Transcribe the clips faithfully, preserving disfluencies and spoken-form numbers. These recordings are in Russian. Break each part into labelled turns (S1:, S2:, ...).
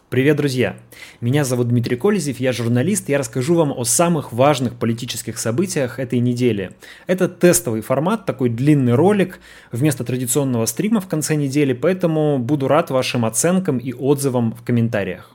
S1: Привет, друзья! Меня зовут Дмитрий Колезев, я журналист, и я расскажу вам о самых важных политических событиях этой недели. Это тестовый формат, такой длинный ролик, вместо традиционного стрима в конце недели, поэтому буду рад вашим оценкам и отзывам в комментариях.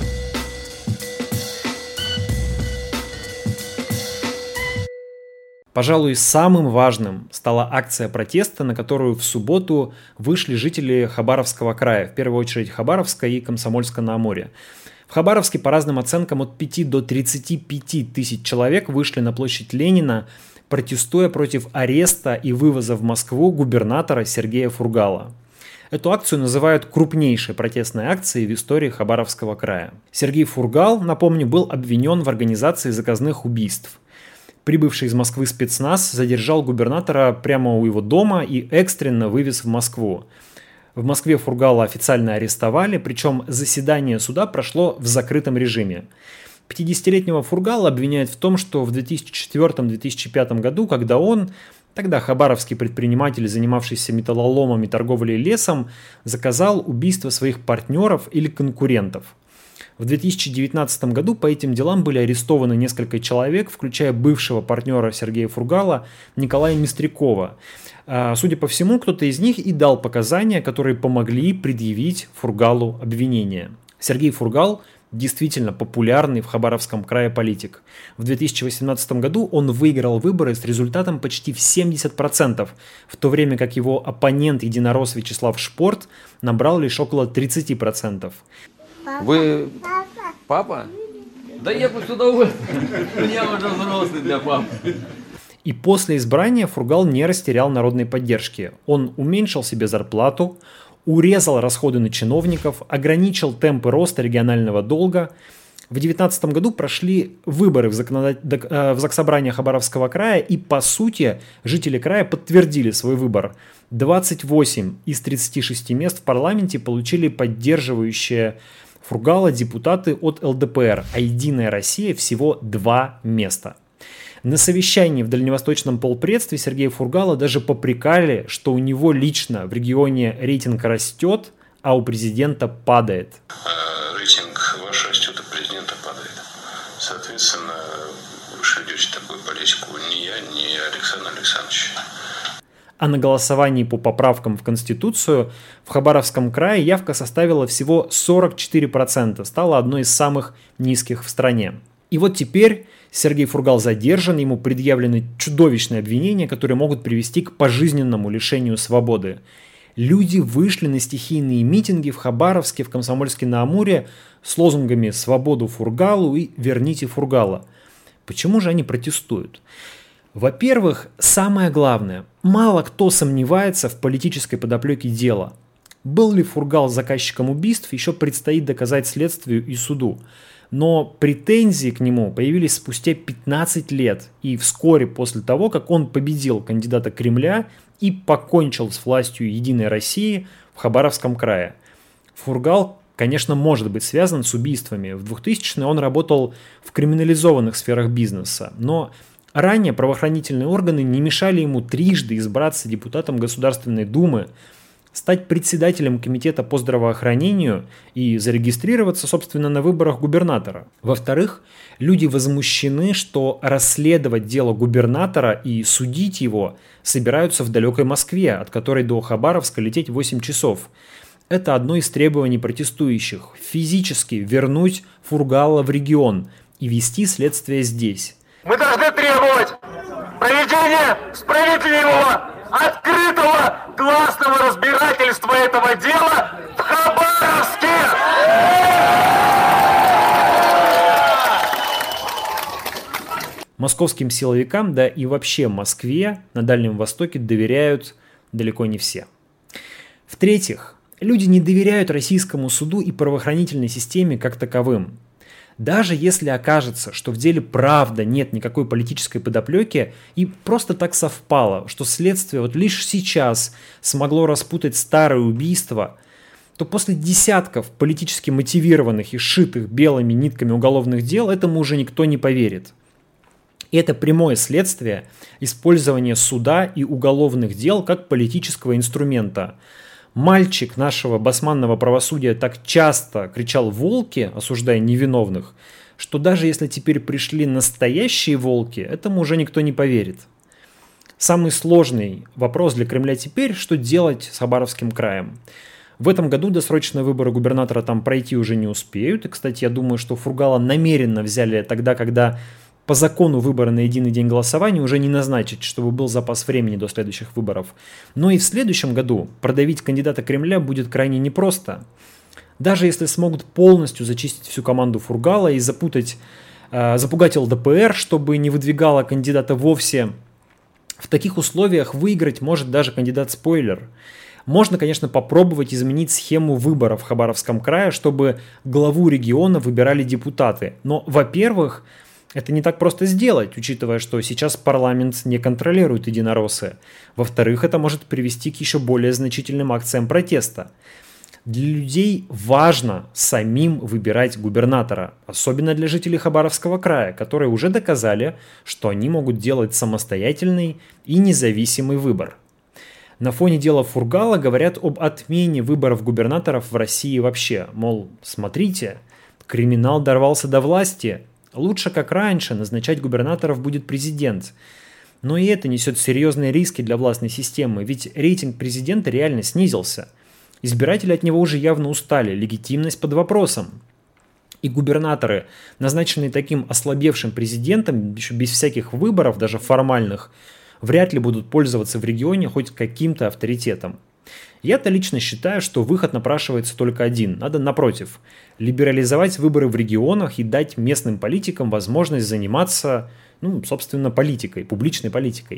S1: Пожалуй, самым важным стала акция протеста, на которую в субботу вышли жители Хабаровского края, в первую очередь Хабаровска и Комсомольска-на-Амуре. В Хабаровске, по разным оценкам, от пяти до тридцати пяти тысяч человек вышли на площадь Ленина, протестуя против ареста и вывоза в Москву губернатора Сергея Фургала. Эту акцию называют крупнейшей протестной акцией в истории Хабаровского края. Сергей Фургал, напомню, был обвинен в организации заказных убийств. Прибывший из Москвы спецназ задержал губернатора прямо у его дома и экстренно вывез в Москву. В Москве Фургала официально арестовали, причем заседание суда прошло в закрытом режиме. пятидесятилетнего Фургала обвиняют в том, что в две тысячи четвёртом - две тысячи пятом году, когда он, тогда хабаровский предприниматель, занимавшийся металлоломом и торговлей лесом, заказал убийство своих партнеров или конкурентов. В две тысячи девятнадцатом году по этим делам были арестованы несколько человек, включая бывшего партнера Сергея Фургала Николая Мистрякова. Судя по всему, кто-то из них и дал показания, которые помогли предъявить Фургалу обвинение. Сергей Фургал действительно популярный в Хабаровском крае политик. В две тысячи восемнадцатом году он выиграл выборы с результатом почти в семьдесят процентов, в то время как его оппонент-единорос Вячеслав Шпорт набрал лишь около тридцати процентов.
S2: Вы папа? Да я бы с удовольствием. Я уже взрослый для папы.
S1: И после избрания Фургал не растерял народной поддержки. Он уменьшил себе зарплату, урезал расходы на чиновников, ограничил темпы роста регионального долга. В две тысячи девятнадцатом году прошли выборы в, законодат... в Заксобрание Хабаровского края, и по сути жители края подтвердили свой выбор. двадцать восемь из тридцати шести мест в парламенте получили поддерживающие Фургала депутаты от эл дэ пэ эр, а «Единая Россия» всего два места. На совещании в Дальневосточном полпредстве Сергея Фургала даже попрекали, что у него лично в регионе рейтинг растет, а у президента падает.
S3: Рейтинг ваш растет, а президента падает. Соответственно, вы же ведете такую политику ни я, ни Александр Александрович.
S1: А на голосовании по поправкам в Конституцию в Хабаровском крае явка составила всего сорок четыре процента, стала одной из самых низких в стране. И вот теперь Сергей Фургал задержан, ему предъявлены чудовищные обвинения, которые могут привести к пожизненному лишению свободы. Люди вышли на стихийные митинги в Хабаровске, в Комсомольске-на-Амуре с лозунгами «Свободу Фургалу» и «Верните Фургала». Почему же они протестуют? Во-первых, самое главное, мало кто сомневается в политической подоплеке дела. Был ли Фургал заказчиком убийств, еще предстоит доказать следствию и суду. Но претензии к нему появились спустя пятнадцать лет и вскоре после того, как он победил кандидата Кремля и покончил с властью «Единой России» в Хабаровском крае. Фургал, конечно, может быть связан с убийствами. В двухтысячные он работал в криминализованных сферах бизнеса, но ранее правоохранительные органы не мешали ему трижды избраться депутатом Государственной Думы, стать председателем комитета по здравоохранению и зарегистрироваться, собственно, на выборах губернатора. Во-вторых, люди возмущены, что расследовать дело губернатора и судить его собираются в далекой Москве, от которой до Хабаровска лететь восемь часов. Это одно из требований протестующих – физически вернуть Фургала в регион и вести следствие здесь.
S4: Мы должны требовать проведения справедливого, открытого, гласного разбирательства этого дела в Хабаровске!
S1: Московским силовикам, да и вообще Москве на Дальнем Востоке доверяют далеко не все. В-третьих, люди не доверяют российскому суду и правоохранительной системе как таковым. Даже если окажется, что в деле правда нет никакой политической подоплеки и просто так совпало, что следствие вот лишь сейчас смогло распутать старое убийство, то после десятков политически мотивированных и сшитых белыми нитками уголовных дел этому уже никто не поверит. И это прямое следствие использования суда и уголовных дел как политического инструмента. мальчик нашего басманного правосудия так часто кричал «волки», осуждая невиновных, что даже если теперь пришли настоящие волки, этому уже никто не поверит. Самый сложный вопрос для Кремля теперь, что делать с Хабаровским краем. В этом году досрочные выборы губернатора там пройти уже не успеют. И, кстати, я думаю, что Фургала намеренно взяли тогда, когда по закону выборы на единый день голосования уже не назначить, чтобы был запас времени до следующих выборов. Но и в следующем году продавить кандидата Кремля будет крайне непросто. Даже если смогут полностью зачистить всю команду Фургала и запутать, э, запугать ЛДПР, чтобы не выдвигала кандидата вовсе, в таких условиях выиграть может даже кандидат-спойлер. Можно, конечно, попробовать изменить схему выборов в Хабаровском крае, чтобы главу региона выбирали депутаты. Но, во-первых, это не так просто сделать, учитывая, что сейчас парламент не контролирует единороссы. Во-вторых, это может привести к еще более значительным акциям протеста. Для людей важно самим выбирать губернатора, особенно для жителей Хабаровского края, которые уже доказали, что они могут делать самостоятельный и независимый выбор. На фоне дела Фургала говорят об отмене выборов губернаторов в России вообще. Мол, смотрите, криминал дорвался до власти, лучше как раньше назначать губернаторов будет президент. Но и это несет серьезные риски для властной системы, ведь рейтинг президента реально снизился. Избиратели от него уже явно устали, легитимность под вопросом. И губернаторы, назначенные таким ослабевшим президентом, еще без всяких выборов, даже формальных, вряд ли будут пользоваться в регионе хоть каким-то авторитетом. Я-то лично считаю, что выход напрашивается только один. Надо, напротив, либерализовать выборы в регионах и дать местным политикам возможность заниматься, ну, собственно, политикой, публичной политикой.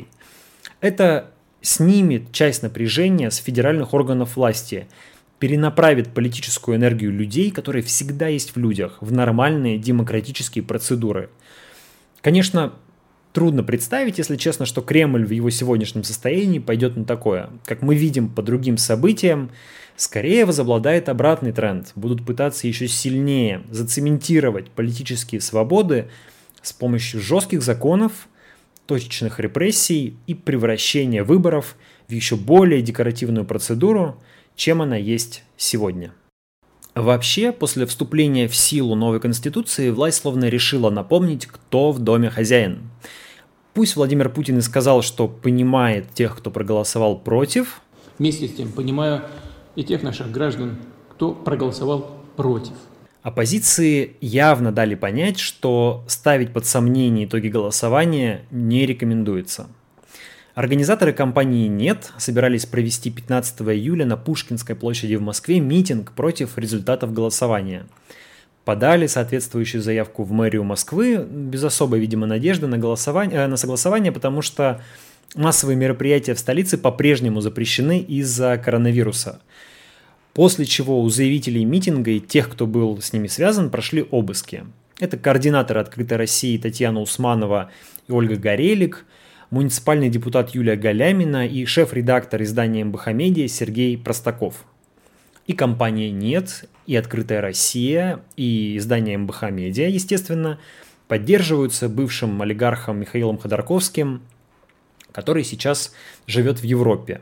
S1: Это снимет часть напряжения с федеральных органов власти, перенаправит политическую энергию людей, которые всегда есть в людях, в нормальные демократические процедуры. Конечно, трудно представить, если честно, что Кремль в его сегодняшнем состоянии пойдет на такое. Как мы видим по другим событиям, скорее возобладает обратный тренд. Будут пытаться еще сильнее зацементировать политические свободы с помощью жестких законов, точечных репрессий и превращения выборов в еще более декоративную процедуру, чем она есть сегодня. Вообще, после вступления в силу новой конституции, власть словно решила напомнить, кто в доме хозяин. Пусть Владимир Путин и сказал, что понимает тех, кто проголосовал против.
S5: Вместе с тем понимаю и тех наших граждан, кто проголосовал против.
S1: Оппозиции явно дали понять, что ставить под сомнение итоги голосования не рекомендуется. Организаторы кампании «Нет» собирались провести пятнадцатого июля на Пушкинской площади в Москве митинг против результатов голосования. Подали соответствующую заявку в мэрию Москвы, без особой, видимо, надежды на, голосование, на согласование, потому что массовые мероприятия в столице по-прежнему запрещены из-за коронавируса. После чего у заявителей митинга и тех, кто был с ними связан, прошли обыски. Это координаторы «Открытой России» Татьяна Усманова и Ольга Горелик, муниципальный депутат Юлия Галямина и шеф-редактор издания эм бэ ха Медиа Сергей Простаков. И компания «Нет», и «Открытая Россия», и издание эм бэ ха Медиа, естественно, поддерживаются бывшим олигархом Михаилом Ходорковским, который сейчас живет в Европе.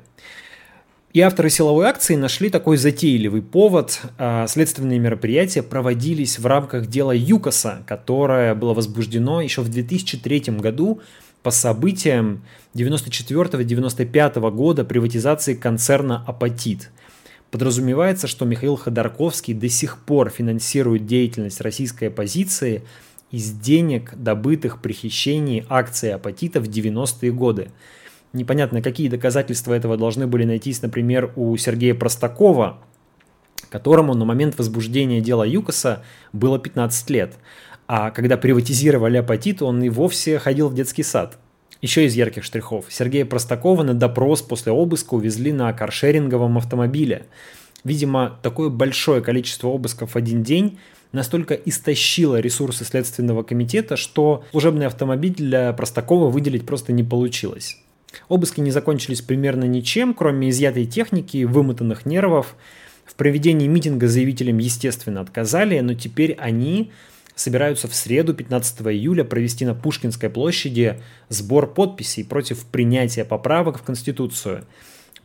S1: И авторы силовой акции нашли такой затейливый повод. Следственные мероприятия проводились в рамках дела ЮКОСа, которое было возбуждено еще в две тысячи третьем году по событиям девяносто четвёртого — девяносто пятого года приватизации концерна «Апатит». Подразумевается, что Михаил Ходорковский до сих пор финансирует деятельность российской оппозиции из денег, добытых при хищении акций «Апатита» в девяностые годы. Непонятно, какие доказательства этого должны были найтись, например, у Сергея Простакова, которому на момент возбуждения дела ЮКОСа было пятнадцать лет. А когда приватизировали «Апатит», он и вовсе ходил в детский сад. Еще из ярких штрихов. Сергея Простакова на допрос после обыска увезли на каршеринговом автомобиле. Видимо, такое большое количество обысков в один день настолько истощило ресурсы Следственного комитета, что служебный автомобиль для Простакова выделить просто не получилось. Обыски не закончились примерно ничем, кроме изъятой техники и вымотанных нервов. В проведении митинга заявителям, естественно, отказали, но теперь они собираются в среду, пятнадцатого июля, провести на Пушкинской площади сбор подписей против принятия поправок в Конституцию.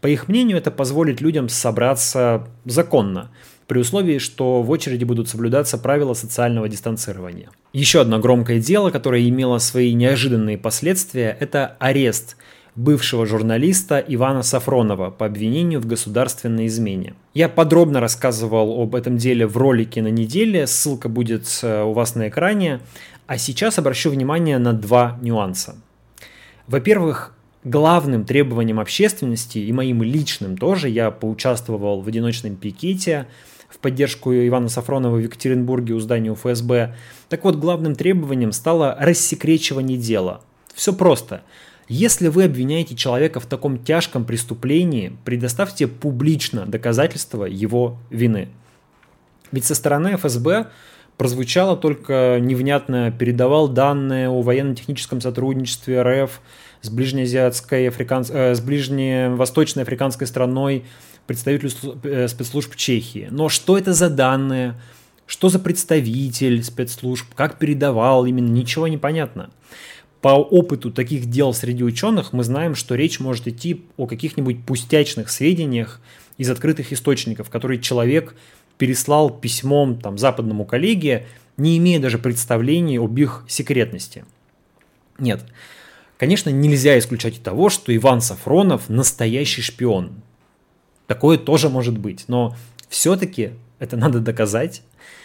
S1: По их мнению, это позволит людям собраться законно, при условии, что в очереди будут соблюдаться правила социального дистанцирования. Еще одно громкое дело, которое имело свои неожиданные последствия, это арест бывшего журналиста Ивана Сафронова по обвинению в государственной измене. Я подробно рассказывал об этом деле в ролике на неделе, ссылка будет у вас на экране, а сейчас обращу внимание на два нюанса. Во-первых, главным требованием общественности и моим личным тоже, я поучаствовал в одиночном пикете в поддержку Ивана Сафронова в Екатеринбурге у здания У Эф Эс Бэ. Так вот, главным требованием стало рассекречивание дела. Все просто. Если вы обвиняете человека в таком тяжком преступлении, предоставьте публично доказательства его вины. Ведь со стороны Эф Эс Бэ прозвучало только невнятно: передавал данные о военно-техническом сотрудничестве Эр Эф с ближнеазиатской, африканс... э, с ближневосточной африканской страной, представителю спецслужб Чехии. Но что это за данные? Что за представитель спецслужб? Как передавал именно? Ничего не понятно. По опыту таких дел среди ученых мы знаем, что речь может идти о каких-нибудь пустячных сведениях из открытых источников, которые человек переслал письмом там, западному коллеге, не имея даже представления об их секретности. Нет, конечно, нельзя исключать и того, что Иван Сафронов настоящий шпион. Такое тоже может быть, но все-таки это надо доказать.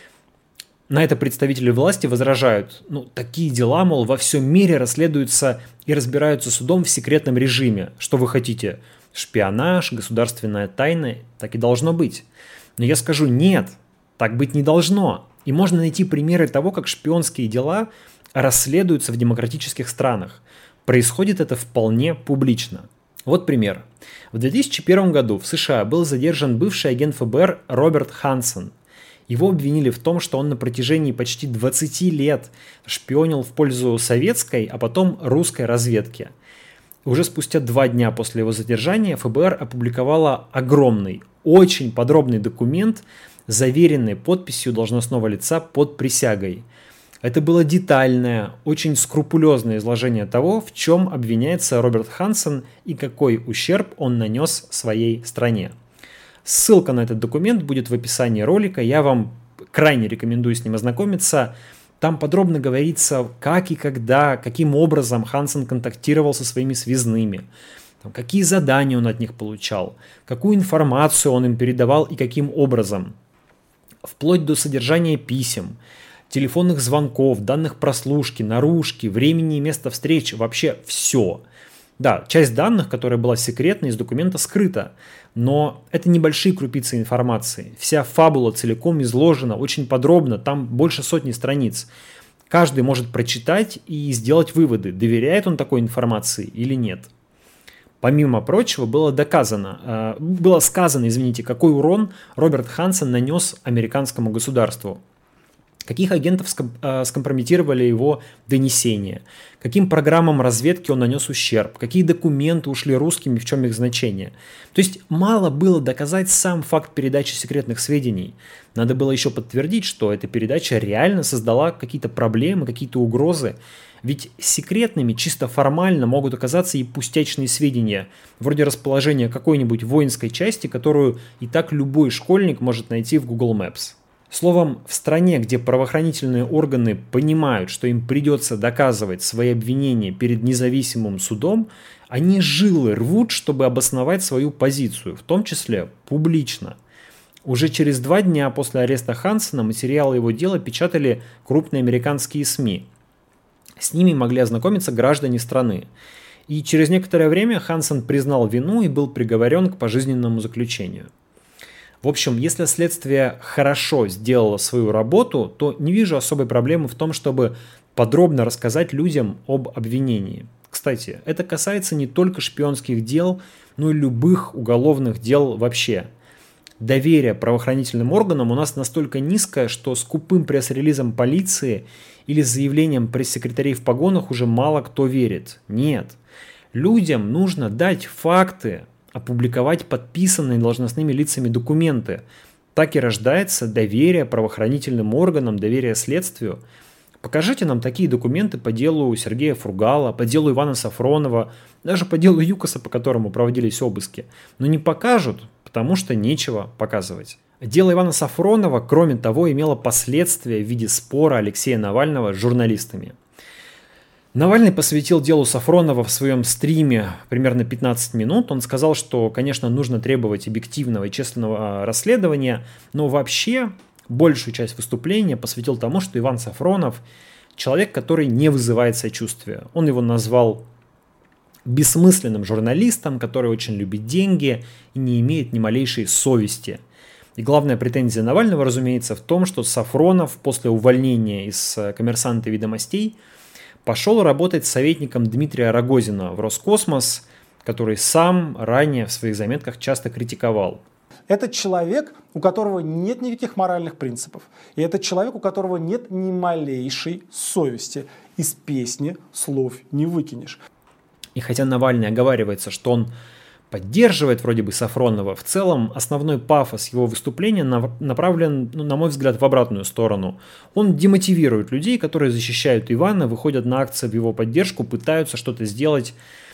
S1: На это представители власти возражают: ну, такие дела, мол, во всем мире расследуются и разбираются судом в секретном режиме. Что вы хотите? Шпионаж, государственная тайна, так и должно быть. Но я скажу: нет, так быть не должно. И можно найти примеры того, как шпионские дела расследуются в демократических странах. Происходит это вполне публично. Вот пример. В две тысячи первом году в США был задержан бывший агент Эф Бэ Эр Роберт Хансен. Его обвинили в том, что он на протяжении почти двадцати лет шпионил в пользу советской, а потом русской разведки. Уже спустя два дня после его задержания Эф Бэ Эр опубликовала огромный, очень подробный документ, заверенный подписью должностного лица под присягой. Это было детальное, очень скрупулезное изложение того, в чем обвиняется Роберт Хансен и какой ущерб он нанес своей стране. Ссылка на этот документ будет в описании ролика, я вам крайне рекомендую с ним ознакомиться. Там подробно говорится, как и когда, каким образом Хансен контактировал со своими связными, там, какие задания он от них получал, какую информацию он им передавал и каким образом, вплоть до содержания писем, телефонных звонков, данных прослушки, наружки, времени и места встреч, вообще все. Да, часть данных, которая была секретной, из документа скрыта, но это небольшие крупицы информации. Вся фабула целиком изложена очень подробно, там больше сотни страниц. Каждый может прочитать и сделать выводы, доверяет он такой информации или нет. Помимо прочего, было доказано, э, было сказано, извините, какой урон Роберт Хансен нанес американскому государству. Каких агентов скомпрометировали его донесения, каким программам разведки он нанес ущерб, какие документы ушли русскими, в чем их значение. То есть мало было доказать сам факт передачи секретных сведений. Надо было еще подтвердить, что эта передача реально создала какие-то проблемы, какие-то угрозы. Ведь секретными чисто формально могут оказаться и пустячные сведения, вроде расположения какой-нибудь воинской части, которую и так любой школьник может найти в Google Maps. Словом, в стране, где правоохранительные органы понимают, что им придется доказывать свои обвинения перед независимым судом, они жилы рвут, чтобы обосновать свою позицию, в том числе публично. Уже через два дня после ареста Хансена материалы его дела печатали крупные американские СМИ. С ними могли ознакомиться граждане страны. И через некоторое время Хансен признал вину и был приговорен к пожизненному заключению. В общем, если следствие хорошо сделало свою работу, то не вижу особой проблемы в том, чтобы подробно рассказать людям об обвинении. Кстати, это касается не только шпионских дел, но и любых уголовных дел вообще. Доверие правоохранительным органам у нас настолько низкое, что скупым пресс-релизом полиции или заявлением пресс-секретарей в погонах уже мало кто верит. Нет. Людям нужно дать факты, опубликовать подписанные должностными лицами документы. Так и рождается доверие правоохранительным органам, доверие следствию. Покажите нам такие документы по делу Сергея Фургала, по делу Ивана Сафронова, даже по делу ЮКОСа, по которому проводились обыски. Но не покажут, потому что нечего показывать. Дело Ивана Сафронова, кроме того, имело последствия в виде спора Алексея Навального с журналистами. Навальный посвятил делу Сафронова в своем стриме примерно пятнадцать минут. Он сказал, что, конечно, нужно требовать объективного и честного расследования, но вообще большую часть выступления посвятил тому, что Иван Сафронов – человек, который не вызывает сочувствия. Он его назвал бессмысленным журналистом, который очень любит деньги и не имеет ни малейшей совести. И главная претензия Навального, разумеется, в том, что Сафронов после увольнения из «Коммерсанта» и «Ведомостей» пошел работать советником Дмитрия Рогозина в Роскосмос, который сам ранее в своих заметках часто критиковал.
S6: Это человек, у которого нет никаких моральных принципов. И это человек, у которого нет ни малейшей совести. Из песни слов не выкинешь.
S1: И хотя Навальный оговаривается, что он поддерживает вроде бы Сафронова, в целом основной пафос его выступления направлен, ну, на мой взгляд, в обратную сторону. Он демотивирует людей, которые защищают Ивана, выходят на акции в его поддержку, пытаются что-то сделать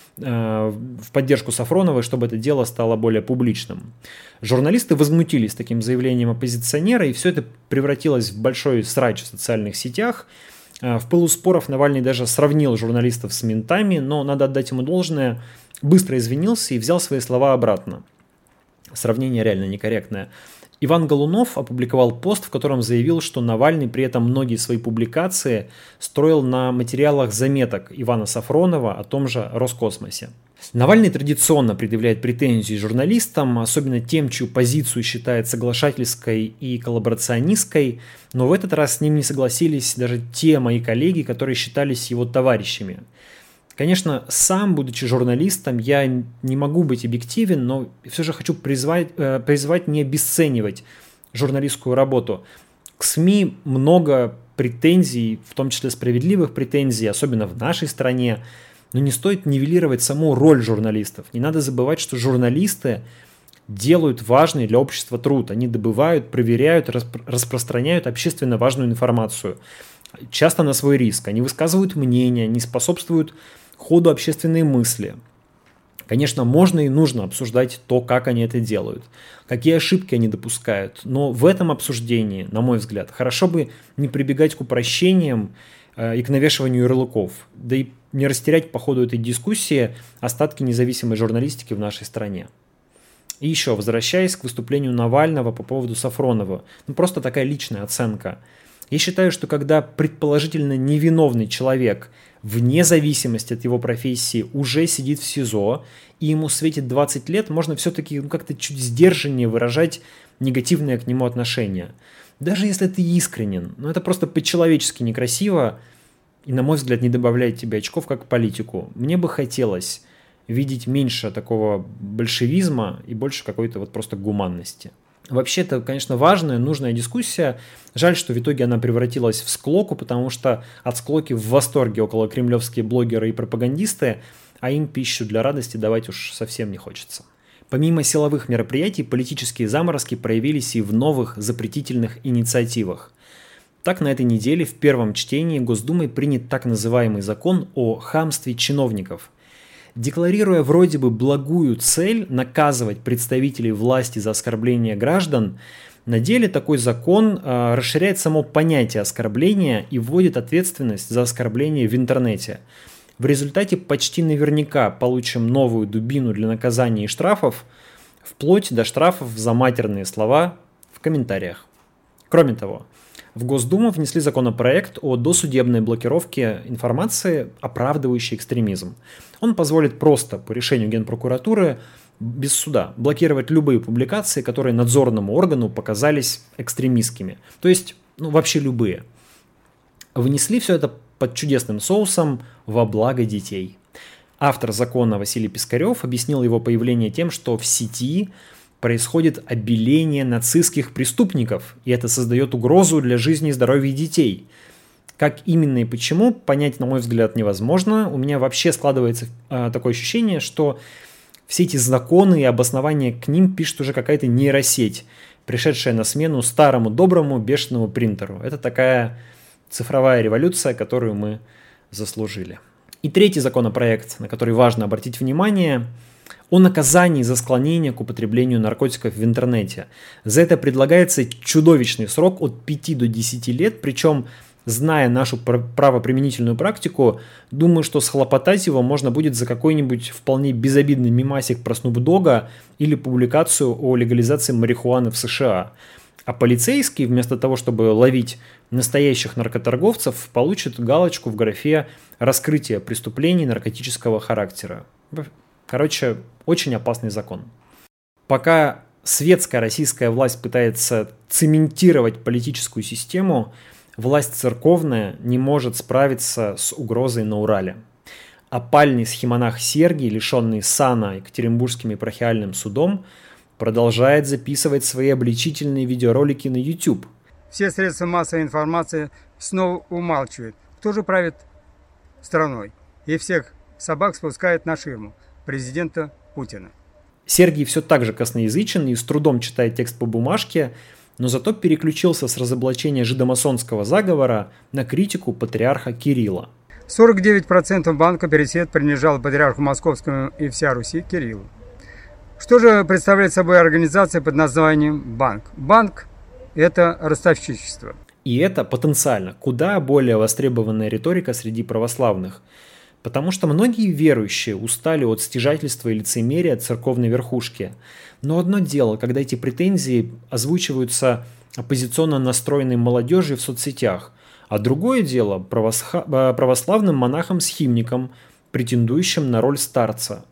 S1: э, в поддержку Сафронова, чтобы это дело стало более публичным. Журналисты возмутились таким заявлением оппозиционера, и все это превратилось в большой срач в социальных сетях. В пылу споров Навальный даже сравнил журналистов с ментами, но надо отдать ему должное, быстро извинился и взял свои слова обратно. Сравнение реально некорректное. Иван Голунов опубликовал пост, в котором заявил, что Навальный при этом многие свои публикации строил на материалах заметок Ивана Сафронова о том же Роскосмосе. Навальный традиционно предъявляет претензии журналистам, особенно тем, чью позицию считает соглашательской и коллаборационистской, но в этот раз с ним не согласились даже те мои коллеги, которые считались его товарищами. Конечно, сам, будучи журналистом, я не могу быть объективен, но все же хочу призвать, э, призвать не обесценивать журналистскую работу. К СМИ много претензий, в том числе справедливых претензий, особенно в нашей стране, но не стоит нивелировать саму роль журналистов. Не надо забывать, что журналисты делают важный для общества труд. Они добывают, проверяют, распро- распространяют общественно важную информацию. Часто на свой риск. Они высказывают мнения, они способствуют ходу общественной мысли. Конечно, можно и нужно обсуждать то, как они это делают, какие ошибки они допускают. Но в этом обсуждении, на мой взгляд, хорошо бы не прибегать к упрощениям э, и к навешиванию ярлыков, да и не растерять по ходу этой дискуссии остатки независимой журналистики в нашей стране. И еще, возвращаясь к выступлению Навального по поводу Сафронова, ну просто такая личная оценка. Я считаю, что когда предположительно невиновный человек, вне зависимости от его профессии, уже сидит в СИЗО, и ему светит двадцать лет, можно все-таки ну, как-то чуть сдержаннее выражать негативное к нему отношение. Даже если ты искренен, но это просто по-человечески некрасиво, и, на мой взгляд, не добавляет тебе очков как политику. Мне бы хотелось видеть меньше такого большевизма и больше какой-то вот просто гуманности. Вообще, это, конечно, важная, нужная дискуссия. Жаль, что в итоге она превратилась в склоку, потому что от склоки в восторге около кремлевские блогеры и пропагандисты, а им пищу для радости давать уж совсем не хочется. Помимо силовых мероприятий, политические заморозки проявились и в новых запретительных инициативах. Так, на этой неделе в первом чтении Госдумой принят так называемый закон о хамстве чиновников. Декларируя вроде бы благую цель наказывать представителей власти за оскорбление граждан, на деле такой закон э, расширяет само понятие оскорбления и вводит ответственность за оскорбление в интернете. В результате почти наверняка получим новую дубину для наказания и штрафов, вплоть до штрафов за матерные слова в комментариях. Кроме того, в Госдуму внесли законопроект о досудебной блокировке информации, оправдывающей экстремизм. Он позволит просто по решению Генпрокуратуры без суда блокировать любые публикации, которые надзорному органу показались экстремистскими. То есть, ну, вообще любые. Внесли все это под чудесным соусом во благо детей. Автор закона Василий Пискарев объяснил его появление тем, что в сети происходит обеление нацистских преступников, и это создает угрозу для жизни и здоровья детей. Как именно и почему, понять, на мой взгляд, невозможно. У меня вообще складывается э, такое ощущение, что все эти законы и обоснования к ним пишет уже какая-то нейросеть, пришедшая на смену старому доброму бешеному принтеру. Это такая цифровая революция, которую мы заслужили. И третий законопроект, на который важно обратить внимание, о наказании за склонение к употреблению наркотиков в интернете. За это предлагается чудовищный срок от пяти до десяти лет, причем, зная нашу правоприменительную практику, думаю, что схлопотать его можно будет за какой-нибудь вполне безобидный мемасик про Снуп Догга или публикацию о легализации марихуаны в США. А полицейский, вместо того, чтобы ловить настоящих наркоторговцев, получит галочку в графе «Раскрытие преступлений наркотического характера». Короче, очень опасный закон. Пока светская российская власть пытается цементировать политическую систему, власть церковная не может справиться с угрозой на Урале. Опальный схимонах Сергий, лишенный сана Екатеринбургским епархиальным судом, продолжает записывать свои обличительные видеоролики на YouTube.
S7: Все средства массовой информации снова умалчивают, кто же правит страной. И всех собак спускает на ширму президента Путина.
S1: Сергий все так же косноязычен и с трудом читает текст по бумажке, но зато переключился с разоблачения жидомасонского заговора на критику патриарха Кирилла.
S7: сорок девять процентов банка Пересвет принижал патриарху Московскому и вся Руси Кириллу. Что же представляет собой организация под названием «Банк»? Банк – это ростовщичество.
S1: И это потенциально куда более востребованная риторика среди православных, потому что многие верующие устали от стяжательства и лицемерия церковной верхушки. Но одно дело, когда эти претензии озвучиваются оппозиционно настроенной молодежью в соцсетях, а другое дело православным монахам-схимникам, претендующим на роль старца.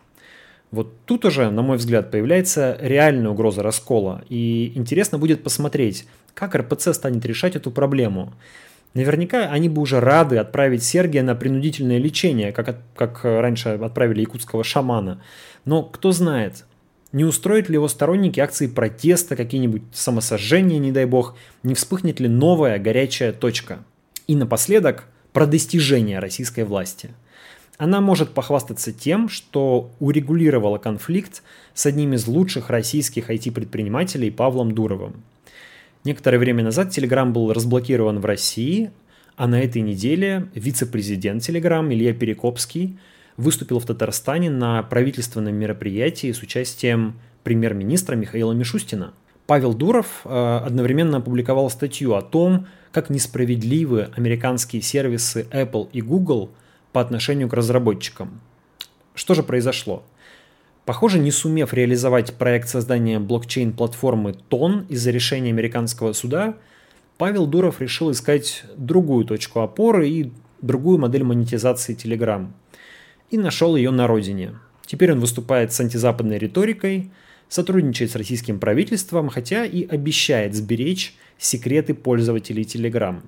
S1: Вот тут уже, на мой взгляд, появляется реальная угроза раскола, и интересно будет посмотреть, как эр пэ цэ станет решать эту проблему. Наверняка они бы уже рады отправить Сергия на принудительное лечение, как, как раньше отправили якутского шамана. Но кто знает, не устроят ли его сторонники акции протеста, какие-нибудь самосожжения, не дай бог, не вспыхнет ли новая горячая точка. И напоследок про достижения российской власти. Она может похвастаться тем, что урегулировала конфликт с одним из лучших российских ай ти-предпринимателей Павлом Дуровым. Некоторое время назад Telegram был разблокирован в России, а на этой неделе вице-президент Telegram Илья Перекопский выступил в Татарстане на правительственном мероприятии с участием премьер-министра Михаила Мишустина. Павел Дуров э, одновременно опубликовал статью о том, как несправедливы американские сервисы Apple и Google по отношению к разработчикам. Что же произошло? Похоже, не сумев реализовать проект создания блокчейн-платформы Тон из-за решения американского суда, Павел Дуров решил искать другую точку опоры и другую модель монетизации Telegram. И нашел ее на родине. Теперь он выступает с антизападной риторикой, сотрудничает с российским правительством, хотя и обещает сберечь секреты пользователей Telegram.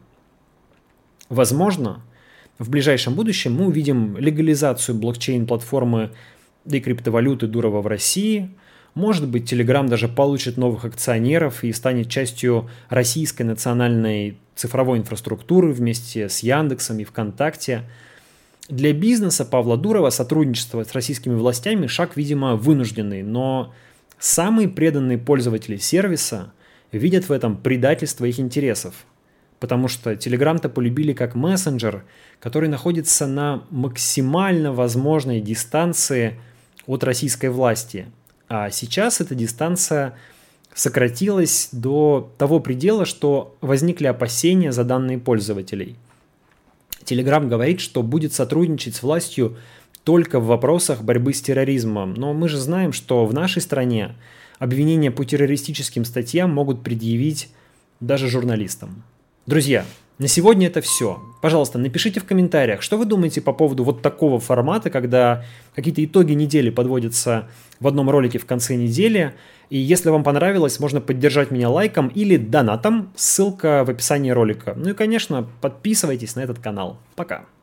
S1: Возможно, в ближайшем будущем мы увидим легализацию блокчейн-платформы и криптовалюты Дурова в России. Может быть, Telegram даже получит новых акционеров и станет частью российской национальной цифровой инфраструктуры вместе с Яндексом и ВКонтакте. Для бизнеса Павла Дурова сотрудничество с российскими властями шаг, видимо, вынужденный, но самые преданные пользователи сервиса видят в этом предательство их интересов. Потому что Telegram-то полюбили как мессенджер, который находится на максимально возможной дистанции от российской власти. А сейчас эта дистанция сократилась до того предела, что возникли опасения за данные пользователей. Telegram говорит, что будет сотрудничать с властью только в вопросах борьбы с терроризмом. Но мы же знаем, что в нашей стране обвинения по террористическим статьям могут предъявить даже журналистам. Друзья, на сегодня это все. Пожалуйста, напишите в комментариях, что вы думаете по поводу вот такого формата, когда какие-то итоги недели подводятся в одном ролике в конце недели. И если вам понравилось, можно поддержать меня лайком или донатом, ссылка в описании ролика. Ну и, конечно, подписывайтесь на этот канал. Пока.